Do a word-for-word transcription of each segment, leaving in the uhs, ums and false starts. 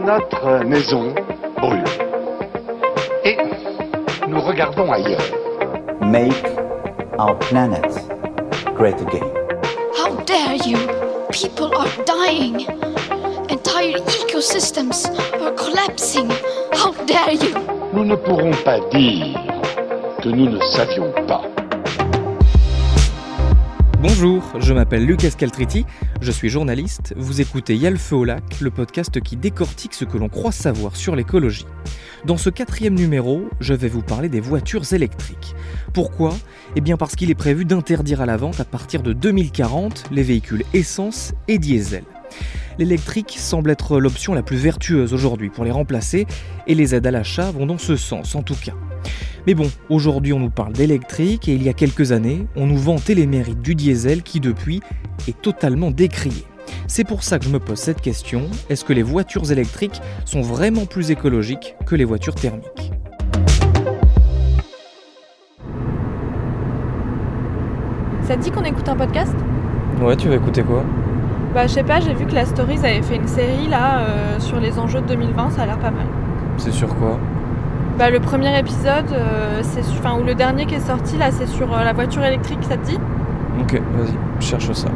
Notre maison brûle. Et nous regardons ailleurs. Make our planet great again. How dare you? People are dying. Entire ecosystems are collapsing. How dare you? Nous ne pourrons pas dire que nous ne savions pas. Bonjour, je m'appelle Lucas Caltriti, je suis journaliste, vous écoutez Y'a le feu au lac, le podcast qui décortique ce que l'on croit savoir sur l'écologie. Dans ce quatrième numéro, je vais vous parler des voitures électriques. Pourquoi ? Eh bien parce qu'il est prévu d'interdire à la vente à partir de deux mille quarante les véhicules essence et diesel. L'électrique semble être l'option la plus vertueuse aujourd'hui pour les remplacer et les aides à l'achat vont dans ce sens en tout cas. Mais bon, aujourd'hui on nous parle d'électrique et il y a quelques années, on nous vantait les mérites du diesel qui depuis est totalement décrié. C'est pour ça que je me pose cette question, est-ce que les voitures électriques sont vraiment plus écologiques que les voitures thermiques ? Ça te dit qu'on écoute un podcast ? Ouais, tu vas écouter quoi ? Bah je sais pas, j'ai vu que la Stories avait fait une série là euh, sur les enjeux de deux mille vingt, ça a l'air pas mal. C'est sur quoi ? Bah le premier épisode, euh, c'est su- enfin, ou le dernier qui est sorti là, c'est sur euh, la voiture électrique, ça te dit ? Ok, vas-y, je cherche ça.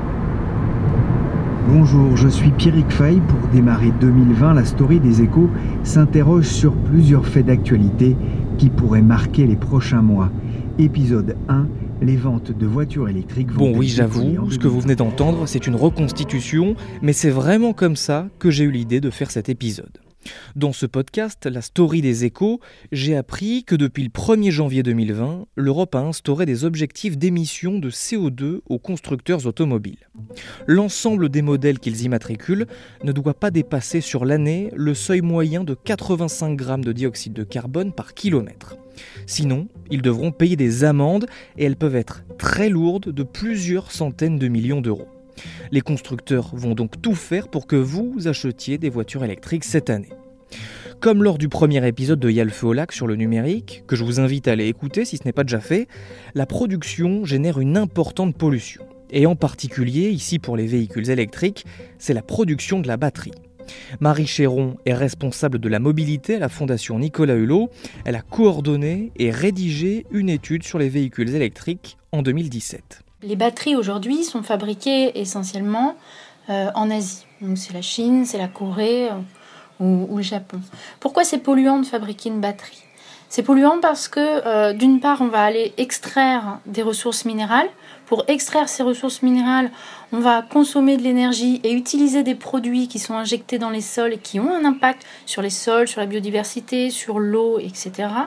Bonjour, je suis Pierrick Fay. Pour démarrer deux mille vingt, la Story des Échos s'interroge sur plusieurs faits d'actualité qui pourraient marquer les prochains mois. Épisode un, les ventes de voitures électriques vont Bon oui, décoller j'avoue, en ce que vous deux mille vingt. venez d'entendre, c'est une reconstitution, mais c'est vraiment comme ça que j'ai eu l'idée de faire cet épisode. Dans ce podcast, la Story des Échos, j'ai appris que depuis le premier janvier deux mille vingt, l'Europe a instauré des objectifs d'émissions de C O deux aux constructeurs automobiles. L'ensemble des modèles qu'ils immatriculent ne doit pas dépasser sur l'année le seuil moyen de quatre-vingt-cinq grammes de dioxyde de carbone par kilomètre. Sinon, ils devront payer des amendes et elles peuvent être très lourdes de plusieurs centaines de millions d'euros. Les constructeurs vont donc tout faire pour que vous achetiez des voitures électriques cette année. Comme lors du premier épisode de Y'a le feu au lac sur le numérique, que je vous invite à aller écouter si ce n'est pas déjà fait, la production génère une importante pollution. Et en particulier, ici pour les véhicules électriques, c'est la production de la batterie. Marie Chéron est responsable de la mobilité à la Fondation Nicolas Hulot. Elle a coordonné et rédigé une étude sur les véhicules électriques en deux mille dix-sept. Les batteries aujourd'hui sont fabriquées essentiellement euh, en Asie. Donc c'est la Chine, c'est la Corée euh, ou, ou le Japon. Pourquoi c'est polluant de fabriquer une batterie ? C'est polluant parce que euh, d'une part on va aller extraire des ressources minérales. Pour extraire ces ressources minérales, on va consommer de l'énergie et utiliser des produits qui sont injectés dans les sols et qui ont un impact sur les sols, sur la biodiversité, sur l'eau, et cetera.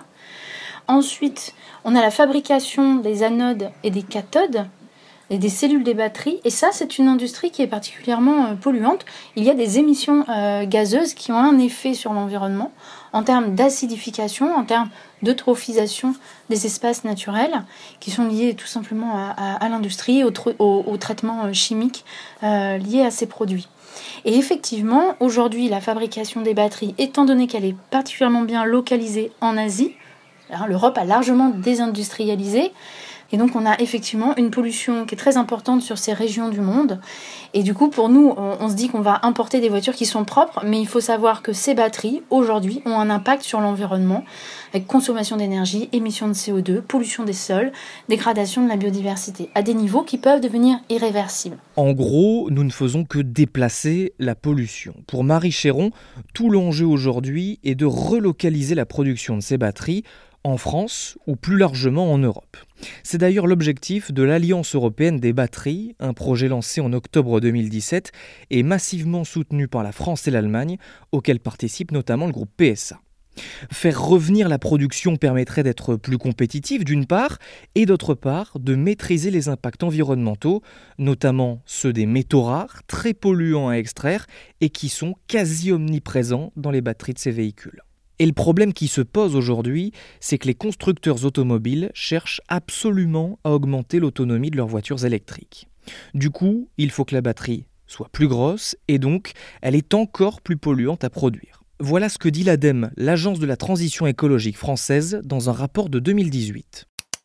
Ensuite, on a la fabrication des anodes et des cathodes et des cellules des batteries. Et ça, c'est une industrie qui est particulièrement euh, polluante. Il y a des émissions euh, gazeuses qui ont un effet sur l'environnement en termes d'acidification, en termes d'eutrophisation des espaces naturels qui sont liés tout simplement à, à, à l'industrie, au, tr- au, au traitement euh, chimique euh, lié à ces produits. Et effectivement, aujourd'hui, la fabrication des batteries, étant donné qu'elle est particulièrement bien localisée en Asie, hein, l'Europe a largement désindustrialisé. Et donc, on a effectivement une pollution qui est très importante sur ces régions du monde. Et du coup, pour nous, on, on se dit qu'on va importer des voitures qui sont propres, mais il faut savoir que ces batteries, aujourd'hui, ont un impact sur l'environnement, avec consommation d'énergie, émission de C O deux, pollution des sols, dégradation de la biodiversité, à des niveaux qui peuvent devenir irréversibles. En gros, nous ne faisons que déplacer la pollution. Pour Marie Chéron, tout l'enjeu aujourd'hui est de relocaliser la production de ces batteries en France ou plus largement en Europe. C'est d'ailleurs l'objectif de l'Alliance européenne des batteries, un projet lancé en octobre deux mille dix-sept et massivement soutenu par la France et l'Allemagne, auquel participe notamment le groupe P S A. Faire revenir la production permettrait d'être plus compétitif d'une part, et d'autre part de maîtriser les impacts environnementaux, notamment ceux des métaux rares, très polluants à extraire et qui sont quasi omniprésents dans les batteries de ces véhicules. Et le problème qui se pose aujourd'hui, c'est que les constructeurs automobiles cherchent absolument à augmenter l'autonomie de leurs voitures électriques. Du coup, il faut que la batterie soit plus grosse et donc elle est encore plus polluante à produire. Voilà ce que dit l'ADEME, l'Agence de la transition écologique française, dans un rapport de deux mille dix-huit.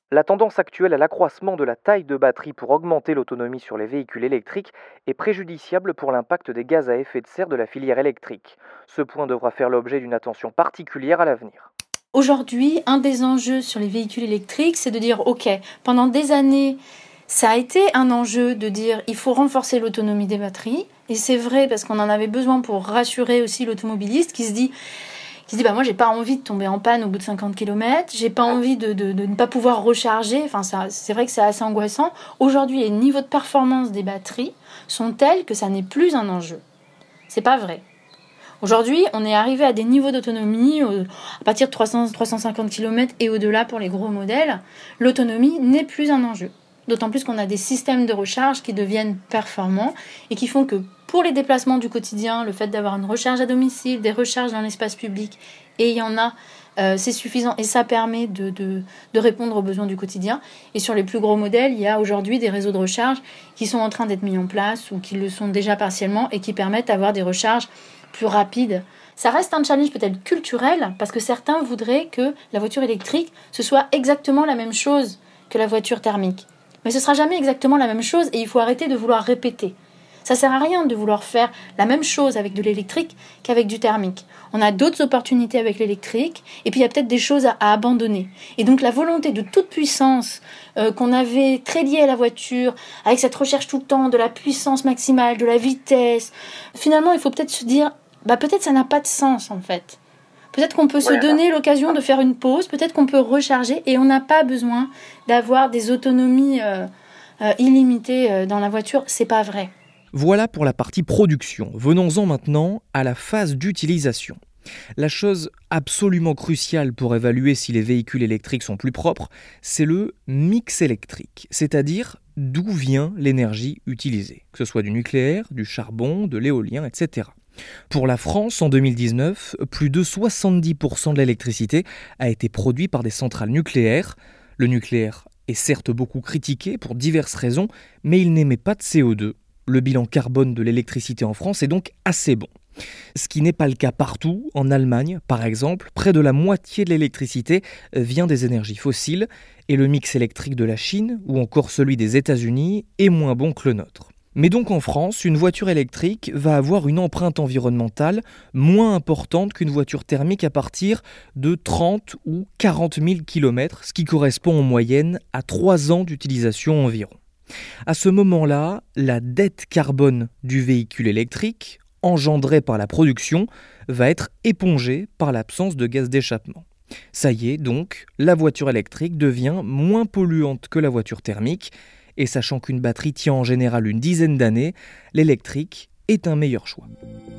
La tendance actuelle à l'accroissement de la taille de batterie pour augmenter l'autonomie sur les véhicules électriques est préjudiciable pour l'impact des gaz à effet de serre de la filière électrique. Ce point devra faire l'objet d'une attention particulière à l'avenir. Aujourd'hui, un des enjeux sur les véhicules électriques, c'est de dire, ok, pendant des années, ça a été un enjeu de dire il faut renforcer l'autonomie des batteries. Et c'est vrai parce qu'on en avait besoin pour rassurer aussi l'automobiliste qui se dit, qui se dit bah, moi, j'ai pas envie de tomber en panne au bout de cinquante kilomètres, j'ai pas envie de, de, de ne pas pouvoir recharger. Enfin, ça, c'est vrai que c'est assez angoissant. Aujourd'hui, les niveaux de performance des batteries sont tels que ça n'est plus un enjeu. C'est pas vrai. Aujourd'hui, on est arrivé à des niveaux d'autonomie euh, à partir de trois cents à trois cent cinquante kilomètres et au-delà pour les gros modèles. L'autonomie n'est plus un enjeu. D'autant plus qu'on a des systèmes de recharge qui deviennent performants et qui font que pour les déplacements du quotidien, le fait d'avoir une recharge à domicile, des recharges dans l'espace public, et il y en a, euh, c'est suffisant et ça permet de, de, de répondre aux besoins du quotidien. Et sur les plus gros modèles, il y a aujourd'hui des réseaux de recharge qui sont en train d'être mis en place ou qui le sont déjà partiellement et qui permettent d'avoir des recharges plus rapides. Ça reste un challenge peut-être culturel parce que certains voudraient que la voiture électrique, ce soit exactement la même chose que la voiture thermique. Mais ce ne sera jamais exactement la même chose et il faut arrêter de vouloir répéter. Ça ne sert à rien de vouloir faire la même chose avec de l'électrique qu'avec du thermique. On a d'autres opportunités avec l'électrique et puis il y a peut-être des choses à, à abandonner. Et donc la volonté de toute puissance euh, qu'on avait très liée à la voiture, avec cette recherche tout le temps de la puissance maximale, de la vitesse, finalement il faut peut-être se dire, bah, peut-être ça n'a pas de sens en fait. Peut-être qu'on peut se donner l'occasion de faire une pause, peut-être qu'on peut recharger et on n'a pas besoin d'avoir des autonomies euh, euh, illimitées euh, dans la voiture. C'est pas vrai. Voilà pour la partie production. Venons-en maintenant à la phase d'utilisation. La chose absolument cruciale pour évaluer si les véhicules électriques sont plus propres, c'est le mix électrique, c'est-à-dire d'où vient l'énergie utilisée, que ce soit du nucléaire, du charbon, de l'éolien, et cetera. Pour la France, en deux mille dix-neuf, plus de soixante-dix pour cent de l'électricité a été produit par des centrales nucléaires. Le nucléaire est certes beaucoup critiqué pour diverses raisons, mais il n'émet pas de C O deux. Le bilan carbone de l'électricité en France est donc assez bon. Ce qui n'est pas le cas partout. En Allemagne, par exemple, près de la moitié de l'électricité vient des énergies fossiles et le mix électrique de la Chine ou encore celui des États-Unis est moins bon que le nôtre. Mais donc en France, une voiture électrique va avoir une empreinte environnementale moins importante qu'une voiture thermique à partir de trente ou quarante mille kilomètres, ce qui correspond en moyenne à trois ans d'utilisation environ. À ce moment-là, la dette carbone du véhicule électrique, engendrée par la production, va être épongée par l'absence de gaz d'échappement. Ça y est donc, la voiture électrique devient moins polluante que la voiture thermique, et sachant qu'une batterie tient en général une dizaine d'années, l'électrique est un meilleur choix.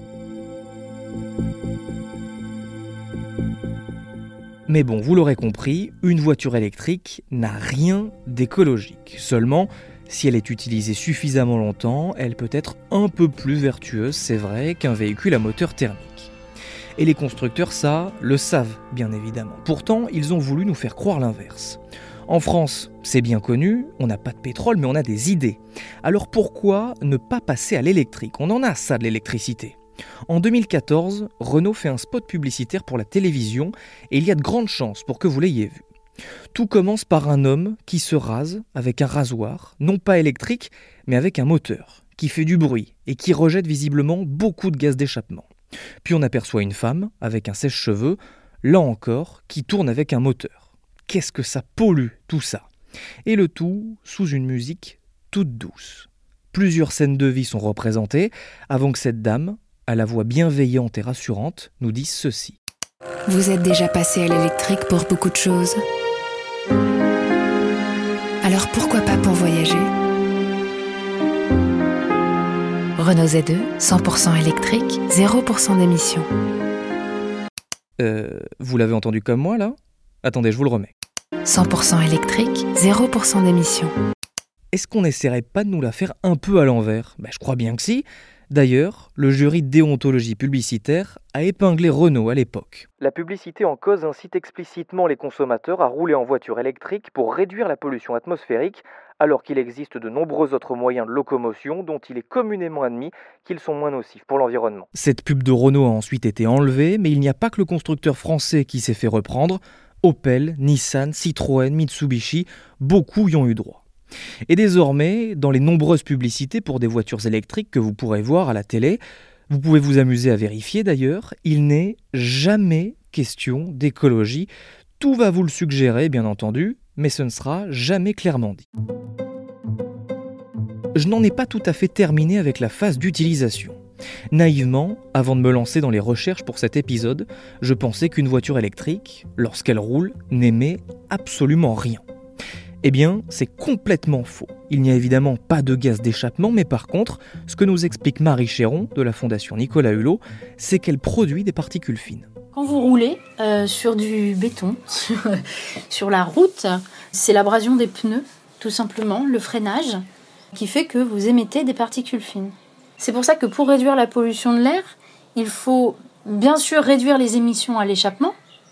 Mais bon, vous l'aurez compris, une voiture électrique n'a rien d'écologique. Seulement, si elle est utilisée suffisamment longtemps, elle peut être un peu plus vertueuse, c'est vrai, qu'un véhicule à moteur thermique. Et les constructeurs, ça, le savent, bien évidemment. Pourtant, ils ont voulu nous faire croire l'inverse. En France, c'est bien connu, on n'a pas de pétrole, mais on a des idées. Alors pourquoi ne pas passer à l'électrique ? On en a ça de l'électricité. En deux mille quatorze, Renault fait un spot publicitaire pour la télévision et il y a de grandes chances pour que vous l'ayez vu. Tout commence par un homme qui se rase avec un rasoir, non pas électrique, mais avec un moteur, qui fait du bruit et qui rejette visiblement beaucoup de gaz d'échappement. Puis on aperçoit une femme avec un sèche-cheveux, là encore, qui tourne avec un moteur. Qu'est-ce que ça pollue, tout ça ? Et le tout sous une musique toute douce. Plusieurs scènes de vie sont représentées avant que cette dame, à la voix bienveillante et rassurante, nous dise ceci. Vous êtes déjà passé à l'électrique pour beaucoup de choses. Alors pourquoi pas pour voyager ? Renault Z deux, cent pour cent électrique, zéro pour cent d'émissions. Euh, vous l'avez entendu comme moi, là ? Attendez, je vous le remets. cent pour cent électrique, zéro pour cent d'émissions. Est-ce qu'on n'essaierait pas de nous la faire un peu à l'envers ? Ben, je crois bien que si. D'ailleurs, le jury de déontologie publicitaire a épinglé Renault à l'époque. La publicité en cause incite explicitement les consommateurs à rouler en voiture électrique pour réduire la pollution atmosphérique, alors qu'il existe de nombreux autres moyens de locomotion dont il est communément admis qu'ils sont moins nocifs pour l'environnement. Cette pub de Renault a ensuite été enlevée, mais il n'y a pas que le constructeur français qui s'est fait reprendre. Opel, Nissan, Citroën, Mitsubishi, beaucoup y ont eu droit. Et désormais, dans les nombreuses publicités pour des voitures électriques que vous pourrez voir à la télé, vous pouvez vous amuser à vérifier d'ailleurs, il n'est jamais question d'écologie. Tout va vous le suggérer, bien entendu, mais ce ne sera jamais clairement dit. Je n'en ai pas tout à fait terminé avec la phase d'utilisation. Naïvement, avant de me lancer dans les recherches pour cet épisode, je pensais qu'une voiture électrique, lorsqu'elle roule, n'émet absolument rien. Eh bien, c'est complètement faux. Il n'y a évidemment pas de gaz d'échappement, mais par contre, ce que nous explique Marie Chéron de la Fondation Nicolas Hulot, c'est qu'elle produit des particules fines. Quand vous roulez euh, sur du béton, sur la route, c'est l'abrasion des pneus, tout simplement, le freinage, qui fait que vous émettez des particules fines. C'est pour ça que pour réduire la pollution de l'air, il faut bien sûr réduire les émissions à l'échappement.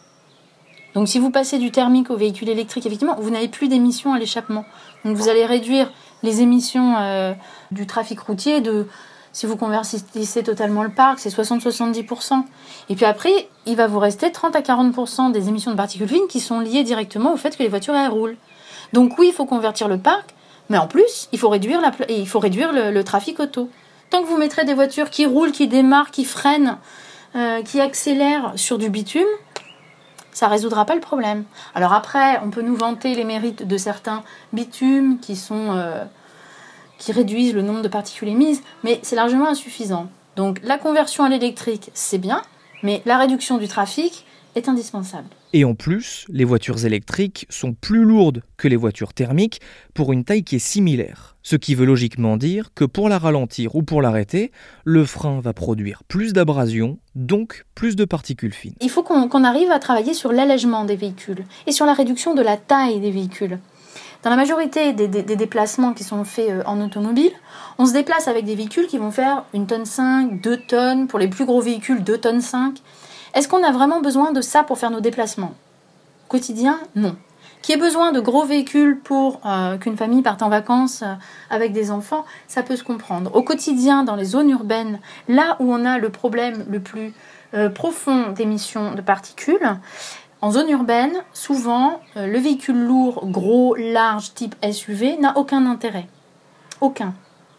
Donc si vous passez du thermique au véhicule électrique, effectivement, vous n'avez plus d'émissions à l'échappement. Donc vous allez réduire les émissions euh, du trafic routier de, si vous convertissez totalement le parc, c'est soixante à soixante-dix pour cent. Et puis après, il va vous rester trente à quarante pour cent des émissions de particules fines qui sont liées directement au fait que les voitures elles roulent. Donc oui, il faut convertir le parc, mais en plus, il faut réduire, la, il faut réduire le, le trafic auto. Tant que vous mettrez des voitures qui roulent, qui démarrent, qui freinent, euh, qui accélèrent sur du bitume, ça ne résoudra pas le problème. Alors après, on peut nous vanter les mérites de certains bitumes qui, sont, euh, qui réduisent le nombre de particules émises, mais c'est largement insuffisant. Donc la conversion à l'électrique, c'est bien, mais la réduction du trafic est indispensable. Et en plus, les voitures électriques sont plus lourdes que les voitures thermiques pour une taille qui est similaire. Ce qui veut logiquement dire que pour la ralentir ou pour l'arrêter, le frein va produire plus d'abrasion, donc plus de particules fines. Il faut qu'on, qu'on arrive à travailler sur l'allègement des véhicules et sur la réduction de la taille des véhicules. Dans la majorité des, des, des déplacements qui sont faits en automobile, on se déplace avec des véhicules qui vont faire une tonne cinq, deux tonnes, pour les plus gros véhicules deux tonnes cinq. Est-ce qu'on a vraiment besoin de ça pour faire nos déplacements ? Quotidien, non. Qu'il y ait besoin de gros véhicules pour euh, qu'une famille parte en vacances euh, avec des enfants, ça peut se comprendre. Au quotidien, dans les zones urbaines, là où on a le problème le plus euh, profond d'émissions de particules, en zone urbaine, souvent, euh, le véhicule lourd, gros, large, type S U V, n'a aucun intérêt. Aucun.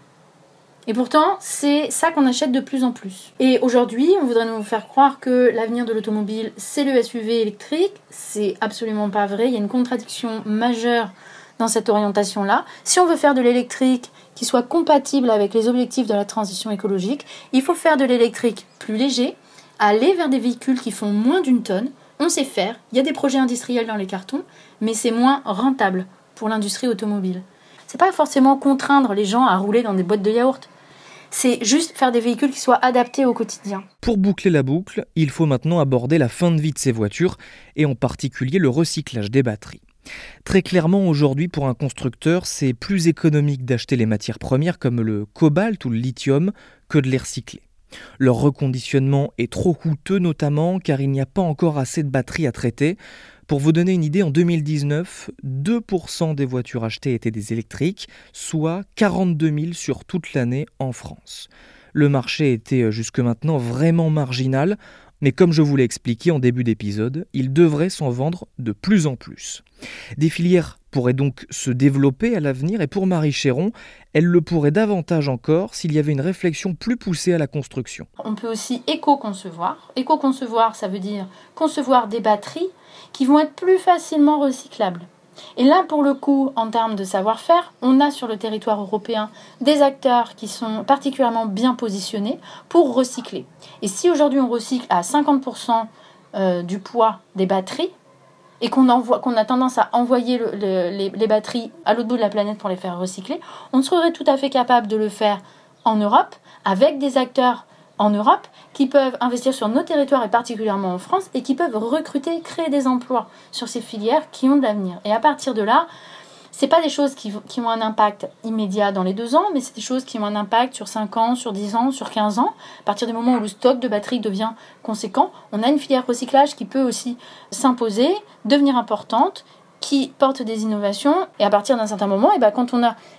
Et pourtant, c'est ça qu'on achète de plus en plus. Et aujourd'hui, on voudrait nous faire croire que l'avenir de l'automobile, c'est le S U V électrique. C'est absolument pas vrai. Il y a une contradiction majeure dans cette orientation-là. Si on veut faire de l'électrique qui soit compatible avec les objectifs de la transition écologique, il faut faire de l'électrique plus léger, aller vers des véhicules qui font moins d'une tonne. On sait faire. Il y a des projets industriels dans les cartons, mais c'est moins rentable pour l'industrie automobile. C'est pas forcément contraindre les gens à rouler dans des boîtes de yaourt. C'est juste faire des véhicules qui soient adaptés au quotidien. Pour boucler la boucle, il faut maintenant aborder la fin de vie de ces voitures et en particulier le recyclage des batteries. Très clairement, aujourd'hui, pour un constructeur, c'est plus économique d'acheter les matières premières comme le cobalt ou le lithium que de les recycler. Leur reconditionnement est trop coûteux notamment car il n'y a pas encore assez de batteries à traiter. Pour vous donner une idée, en deux mille dix-neuf, deux pour cent des voitures achetées étaient des électriques, soit quarante-deux mille sur toute l'année en France. Le marché était jusque maintenant vraiment marginal, mais comme je vous l'ai expliqué en début d'épisode, il devrait s'en vendre de plus en plus. Des filières pourraient donc se développer à l'avenir et pour Marie Chéron, elle le pourrait davantage encore s'il y avait une réflexion plus poussée à la construction. On peut aussi éco-concevoir. Éco-concevoir, ça veut dire concevoir des batteries qui vont être plus facilement recyclables. Et là, pour le coup, en termes de savoir-faire, on a sur le territoire européen des acteurs qui sont particulièrement bien positionnés pour recycler. Et si aujourd'hui on recycle à cinquante pour cent euh, du poids des batteries, et qu'on, envoie, qu'on a tendance à envoyer le, le, les, les batteries à l'autre bout de la planète pour les faire recycler, on serait tout à fait capable de le faire en Europe, avec des acteurs en Europe qui peuvent investir sur nos territoires et particulièrement en France et qui peuvent recruter, créer des emplois sur ces filières qui ont de l'avenir. Et à partir de là, c'est pas des choses qui, qui ont un impact immédiat dans les deux ans, mais c'est des choses qui ont un impact sur cinq ans, sur dix ans, sur quinze ans. À partir du moment où le stock de batteries devient conséquent, on a une filière recyclage qui peut aussi s'imposer, devenir importante, qui porte des innovations. Et à partir d'un certain moment, et ben, quand on a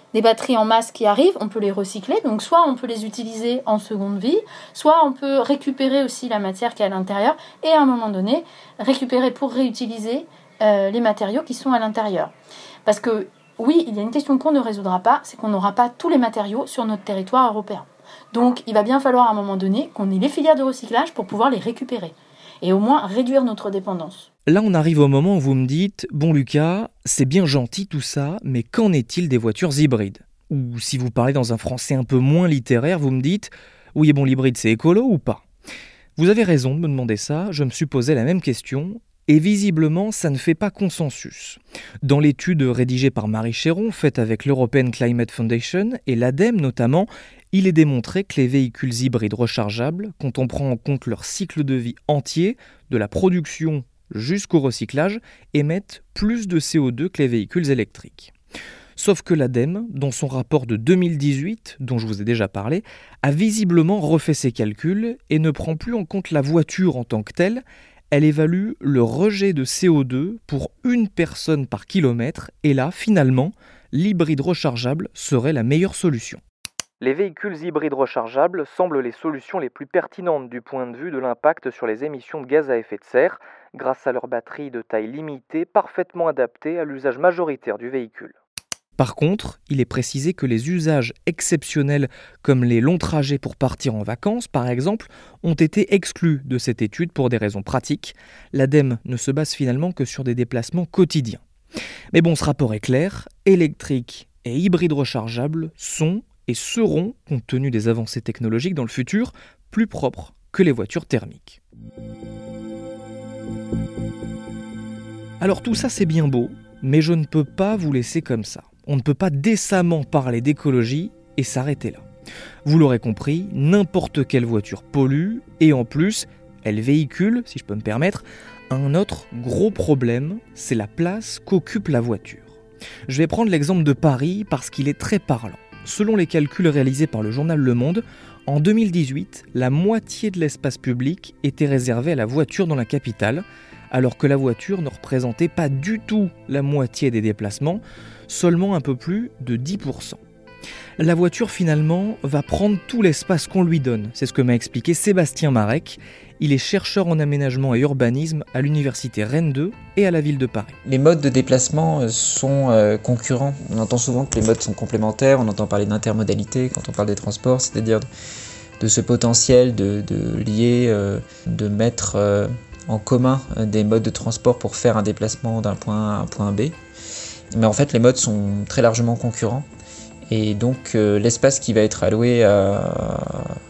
des batteries en masse qui arrivent, on peut les recycler. Donc soit on peut les utiliser en seconde vie, soit on peut récupérer aussi la matière qui est à l'intérieur et à un moment donné, récupérer pour réutiliser euh, les matériaux qui sont à l'intérieur. Parce que oui, il y a une question qu'on ne résoudra pas, c'est qu'on n'aura pas tous les matériaux sur notre territoire européen. Donc il va bien falloir à un moment donné qu'on ait les filières de recyclage pour pouvoir les récupérer et au moins réduire notre dépendance. Là, on arrive au moment où vous me dites « Bon Lucas, c'est bien gentil tout ça, mais qu'en est-il des voitures hybrides ?» Ou si vous parlez dans un français un peu moins littéraire, vous me dites « Oui, bon, l'hybride, c'est écolo ou pas ?» Vous avez raison de me demander ça, je me suis posé la même question, et visiblement, ça ne fait pas consensus. Dans l'étude rédigée par Marie Chéron, faite avec l'European Climate Foundation et l'ADEME notamment, il est démontré que les véhicules hybrides rechargeables, quand on prend en compte leur cycle de vie entier, de la production jusqu'au recyclage, émettent plus de C O deux que les véhicules électriques. Sauf que l'ADEME, dans son rapport de deux mille dix-huit, dont je vous ai déjà parlé, a visiblement refait ses calculs et ne prend plus en compte la voiture en tant que telle. Elle évalue le rejet de C O deux pour une personne par kilomètre, et là, finalement, l'hybride rechargeable serait la meilleure solution. Les véhicules hybrides rechargeables semblent les solutions les plus pertinentes du point de vue de l'impact sur les émissions de gaz à effet de serre, grâce à leur batterie de taille limitée parfaitement adaptée à l'usage majoritaire du véhicule. Par contre, il est précisé que les usages exceptionnels comme les longs trajets pour partir en vacances, par exemple, ont été exclus de cette étude pour des raisons pratiques. L'ADEME ne se base finalement que sur des déplacements quotidiens. Mais bon, ce rapport est clair, électriques et hybrides rechargeables sont et seront, compte tenu des avancées technologiques dans le futur, plus propres que les voitures thermiques. Alors tout ça c'est bien beau, mais je ne peux pas vous laisser comme ça. On ne peut pas décemment parler d'écologie et s'arrêter là. Vous l'aurez compris, n'importe quelle voiture pollue, et en plus, elle véhicule, si je peux me permettre, un autre gros problème, c'est la place qu'occupe la voiture. Je vais prendre l'exemple de Paris parce qu'il est très parlant. Selon les calculs réalisés par le journal Le Monde, en deux mille dix-huit, la moitié de l'espace public était réservé à la voiture dans la capitale, alors que la voiture ne représentait pas du tout la moitié des déplacements, seulement un peu plus de dix pour cent. La voiture finalement va prendre tout l'espace qu'on lui donne, c'est ce que m'a expliqué Sébastien Marek. Il est chercheur en aménagement et urbanisme à l'université Rennes deux et à la ville de Paris. Les modes de déplacement sont euh, concurrents. On entend souvent que les modes sont complémentaires, on entend parler d'intermodalité quand on parle des transports, c'est-à-dire de, de ce potentiel de, de lier, euh, de mettre euh, en commun des modes de transport pour faire un déplacement d'un point A à un point B. Mais en fait, les modes sont très largement concurrents. Et donc, euh, l'espace qui va être alloué à,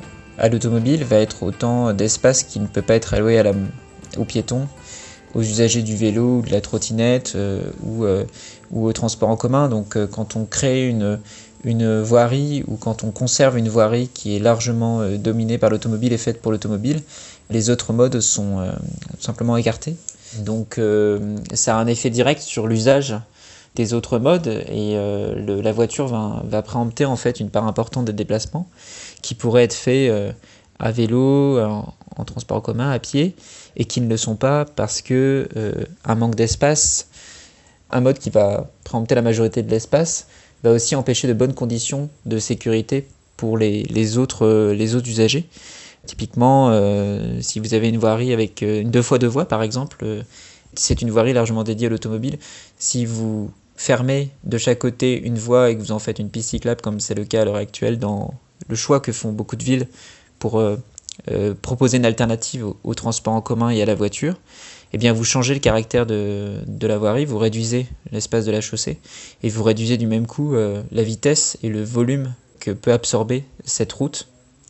à l'automobile va être autant d'espace qui ne peut pas être alloué à la, aux piétons, aux usagers du vélo ou de la trottinette euh, ou, euh, ou au transport en commun. Donc, euh, quand on crée une, une voirie ou quand on conserve une voirie qui est largement euh, dominée par l'automobile et faite pour l'automobile, les autres modes sont euh, simplement écartés. Donc, euh, ça a un effet direct sur l'usage des autres modes et euh, le, la voiture va, va préempter en fait une part importante des déplacements qui pourraient être faits euh, à vélo, en, en transport en commun, à pied et qui ne le sont pas parce que euh, un manque d'espace, un mode qui va préempter la majorité de l'espace, va aussi empêcher de bonnes conditions de sécurité pour les, les, autres, les autres usagers. Typiquement, euh, si vous avez une voirie avec euh, une deux fois deux voies par exemple, euh, c'est une voirie largement dédiée à l'automobile. Si vous fermez de chaque côté une voie et que vous en faites une piste cyclable, comme c'est le cas à l'heure actuelle dans le choix que font beaucoup de villes pour euh, euh, proposer une alternative au, au transport en commun et à la voiture, eh bien vous changez le caractère de, de la voirie, vous réduisez l'espace de la chaussée et vous réduisez du même coup euh, la vitesse et le volume que peut absorber cette route.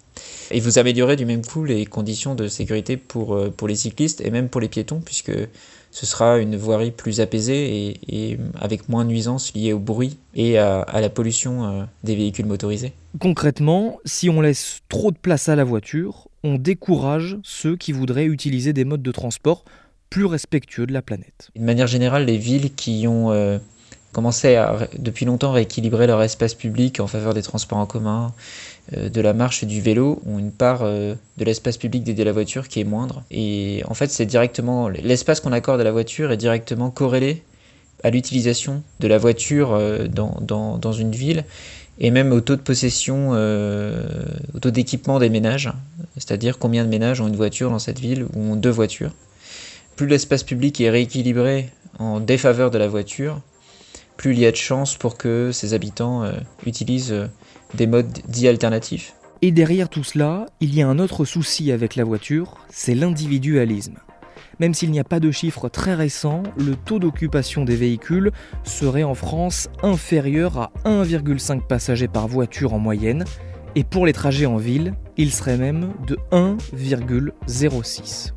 Et vous améliorez du même coup les conditions de sécurité pour, euh, pour les cyclistes et même pour les piétons, puisque ce sera une voirie plus apaisée et, et avec moins de nuisances liées au bruit et à, à la pollution euh, des véhicules motorisés. Concrètement, si on laisse trop de place à la voiture, on décourage ceux qui voudraient utiliser des modes de transport plus respectueux de la planète. De manière générale, les villes qui ont euh, commencé à, depuis longtemps, rééquilibrer leur espace public en faveur des transports en commun, euh, de la marche et du vélo, ont une part euh, de l'espace public dédié à la voiture qui est moindre. Et en fait, c'est directement l'espace qu'on accorde à la voiture est directement corrélé à l'utilisation de la voiture euh, dans, dans, dans une ville, et même au taux de possession, euh, au taux d'équipement des ménages, c'est-à-dire combien de ménages ont une voiture dans cette ville ou ont deux voitures. Plus l'espace public est rééquilibré en défaveur de la voiture, plus il y a de chances pour que ses habitants euh, utilisent euh, des modes dits alternatifs. Et derrière tout cela, il y a un autre souci avec la voiture, c'est l'individualisme. Même s'il n'y a pas de chiffres très récents, le taux d'occupation des véhicules serait en France inférieur à un virgule cinq passagers par voiture en moyenne, et pour les trajets en ville, il serait même de un virgule zéro six.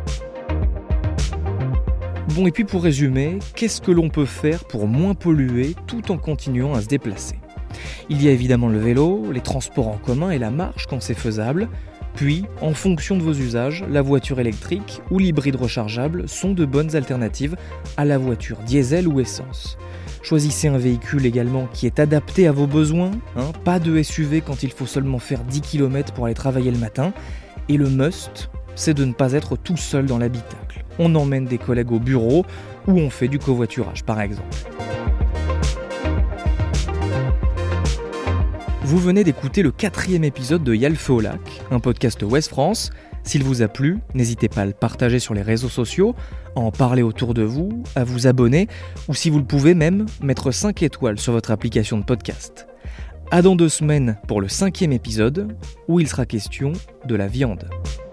Bon, et puis pour résumer, qu'est-ce que l'on peut faire pour moins polluer tout en continuant à se déplacer ? Il y a évidemment le vélo, les transports en commun et la marche quand c'est faisable. Puis, en fonction de vos usages, la voiture électrique ou l'hybride rechargeable sont de bonnes alternatives à la voiture diesel ou essence. Choisissez un véhicule également qui est adapté à vos besoins, hein, pas de S U V quand il faut seulement faire dix kilomètres pour aller travailler le matin. Et le must, c'est de ne pas être tout seul dans l'habitacle. On emmène des collègues au bureau ou on fait du covoiturage par exemple. Vous venez d'écouter le quatrième épisode de Yalfeu au lac, un podcast Ouest France. S'il vous a plu, n'hésitez pas à le partager sur les réseaux sociaux, à en parler autour de vous, à vous abonner, ou si vous le pouvez même, mettre cinq étoiles sur votre application de podcast. À dans deux semaines pour le cinquième épisode, où il sera question de la viande.